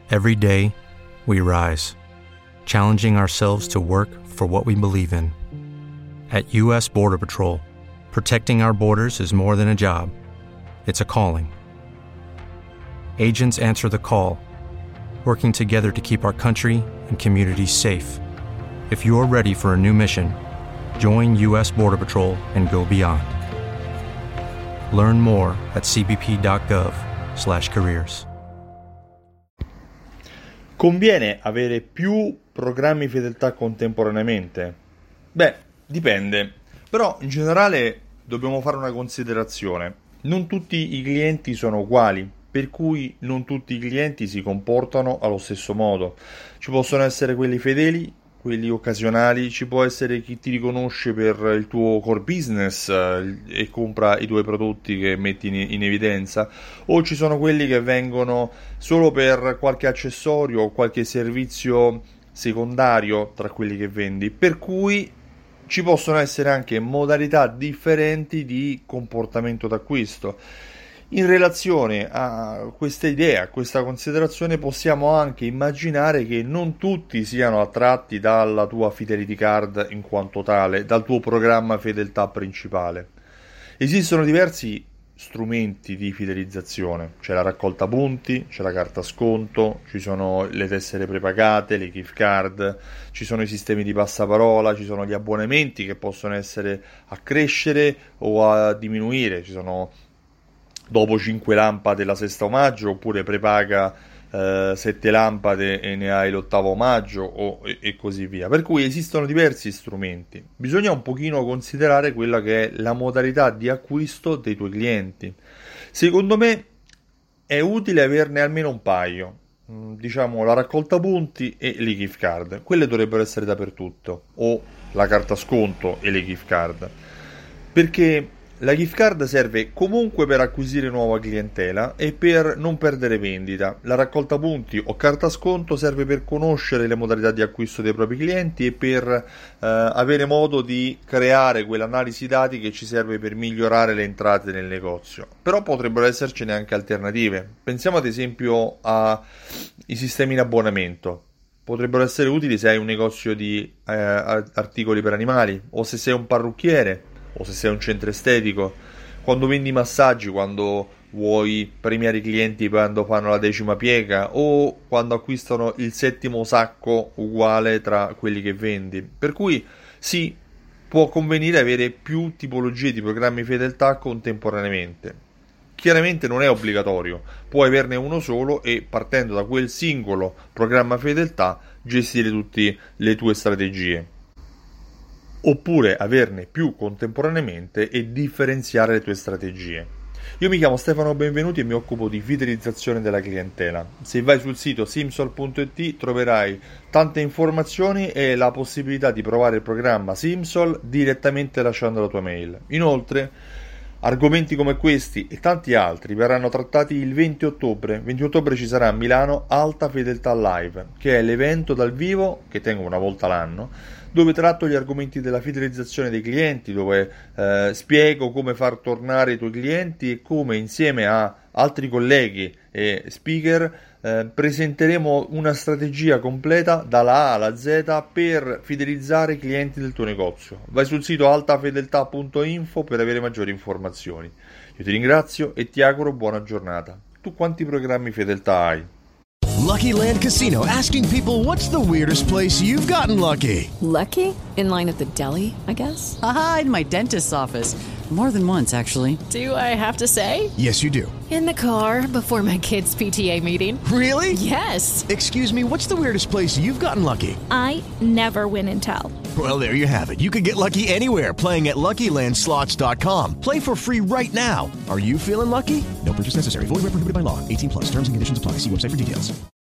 Every day, we rise, challenging ourselves to work for what we believe in. At U.S. Border Patrol, protecting our borders is more than a job. It's a calling. Agents answer the call, working together to keep our country and communities safe. If you're ready for a new mission, join U.S. Border Patrol and go beyond. Learn more at cbp.gov/careers. Conviene avere più programmi fedeltà contemporaneamente? Beh, dipende. Però in generale dobbiamo fare una considerazione. Non tutti i clienti sono uguali, per cui non tutti i clienti si comportano allo stesso modo. Ci possono essere quelli fedeli, quelli occasionali, ci può essere chi ti riconosce per il tuo core business e compra i tuoi prodotti che metti in evidenza, o ci sono quelli che vengono solo per qualche accessorio o qualche servizio secondario tra quelli che vendi, per cui ci possono essere anche modalità differenti di comportamento d'acquisto. In relazione a questa idea, a questa considerazione, possiamo anche immaginare che non tutti siano attratti dalla tua Fidelity Card in quanto tale, dal tuo programma fedeltà principale. Esistono diversi strumenti di fidelizzazione, c'è la raccolta punti, c'è la carta sconto, ci sono le tessere prepagate, le gift card, ci sono i sistemi di passaparola, ci sono gli abbonamenti che possono essere a crescere o a diminuire, ci sono dopo 5 lampade la sesta omaggio, oppure prepaga 7 lampade e ne hai l'8º omaggio e così via. Per cui esistono diversi strumenti. Bisogna un pochino considerare quella che è la modalità di acquisto dei tuoi clienti. Secondo me è utile averne almeno un paio. Diciamo la raccolta punti e le gift card. Quelle dovrebbero essere dappertutto. O la carta sconto e le gift card. Perché la gift card serve comunque per acquisire nuova clientela e per non perdere vendita. La raccolta punti o carta sconto serve per conoscere le modalità di acquisto dei propri clienti e per avere modo di creare quell'analisi dati che ci serve per migliorare le entrate nel negozio. Però potrebbero essercene anche alternative. Pensiamo ad esempio ai sistemi in abbonamento. Potrebbero essere utili se hai un negozio di articoli per animali, o se sei un parrucchiere, o se sei un centro estetico, quando vendi massaggi, quando vuoi premiare i clienti quando fanno la 10ª piega, o quando acquistano il 7º sacco uguale tra quelli che vendi. Per cui sì, può convenire avere più tipologie di programmi fedeltà contemporaneamente. Chiaramente non è obbligatorio, puoi averne uno solo e partendo da quel singolo programma fedeltà gestire tutte le tue strategie. Oppure averne più contemporaneamente e differenziare le tue strategie. Io mi chiamo Stefano Benvenuti e mi occupo di fidelizzazione della clientela. Se vai sul sito simsol.it troverai tante informazioni e la possibilità di provare il programma Simsol direttamente lasciando la tua mail. Inoltre, argomenti come questi e tanti altri verranno trattati il 20 ottobre. 20 ottobre ci sarà a Milano Alta Fedeltà Live, che è l'evento dal vivo che tengo una volta l'anno, dove tratto gli argomenti della fidelizzazione dei clienti, dove spiego come far tornare i tuoi clienti e come insieme a altri colleghi e speaker presenteremo una strategia completa dalla A alla Z per fidelizzare i clienti del tuo negozio. Vai sul sito altafedeltà.info per avere maggiori informazioni. Io ti ringrazio e ti auguro buona giornata. Tu quanti programmi fedeltà hai? Lucky Land Casino, asking people, what's the weirdest place you've gotten lucky? Lucky? In line at the deli, I guess? Aha, in my dentist's office. More than once, actually. Do I have to say? Yes, you do. In the car before my kids' PTA meeting. Really? Yes. Excuse me, what's the weirdest place you've gotten lucky? I never win and tell. Well, there you have it. You can get lucky anywhere, playing at LuckyLandSlots.com. Play for free right now. Are you feeling lucky? No purchase necessary. Void where prohibited by law. 18+. Terms and conditions apply. See website for details.